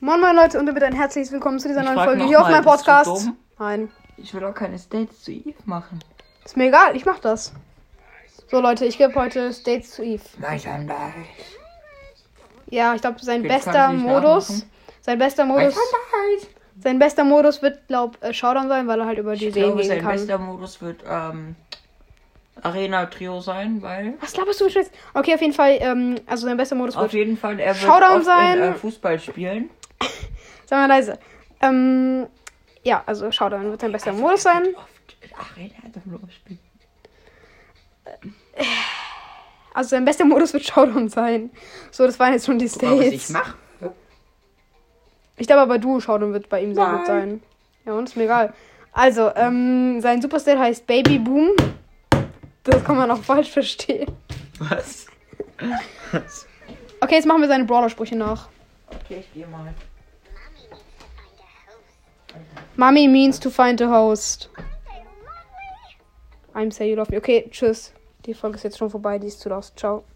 Moin moin Leute und damit ein herzliches Willkommen zu dieser neuen frag Folge noch hier auf mal, meinem bist du Podcast. dumm? Nein, Ich will auch keine States zu Eve machen. ist mir egal, ich mach das. So Leute, ich gebe heute States zu Eve. Nein. Ja, ich glaube sein Okay, das bester kann ich nicht Modus. nachmachen. Sein bester Modus wird, glaub, Showdown sein, weil er halt über die Ich Seen glaube, gehen sein kann. bester Modus wird Arena Trio sein, weil Was laberst du jetzt? Okay, auf jeden Fall, also sein bester Modus auf wird. jeden Fall er wird Showdown oft sein. in Fußball spielen. Sag mal leise. Ja, also Showdown wird sein bester Modus sein. Oft in Arena einfach nur spielen. Also sein bester Modus wird Showdown sein. So, das waren jetzt schon die Guck mal, was ich States. mache. Ich glaube aber du, Showdown wird bei ihm sehr gut Nein. sein. Ja, und ist mir egal. Also, sein Superstar heißt Baby Boom. Das kann man auch falsch verstehen. Was? Okay, jetzt machen wir seine Brawler-Sprüche nach. Okay, ich gehe mal. Mommy means to find a host. I'm say you love me. Okay, tschüss. Die Folge ist jetzt schon vorbei. Die ist zu lost. Ciao.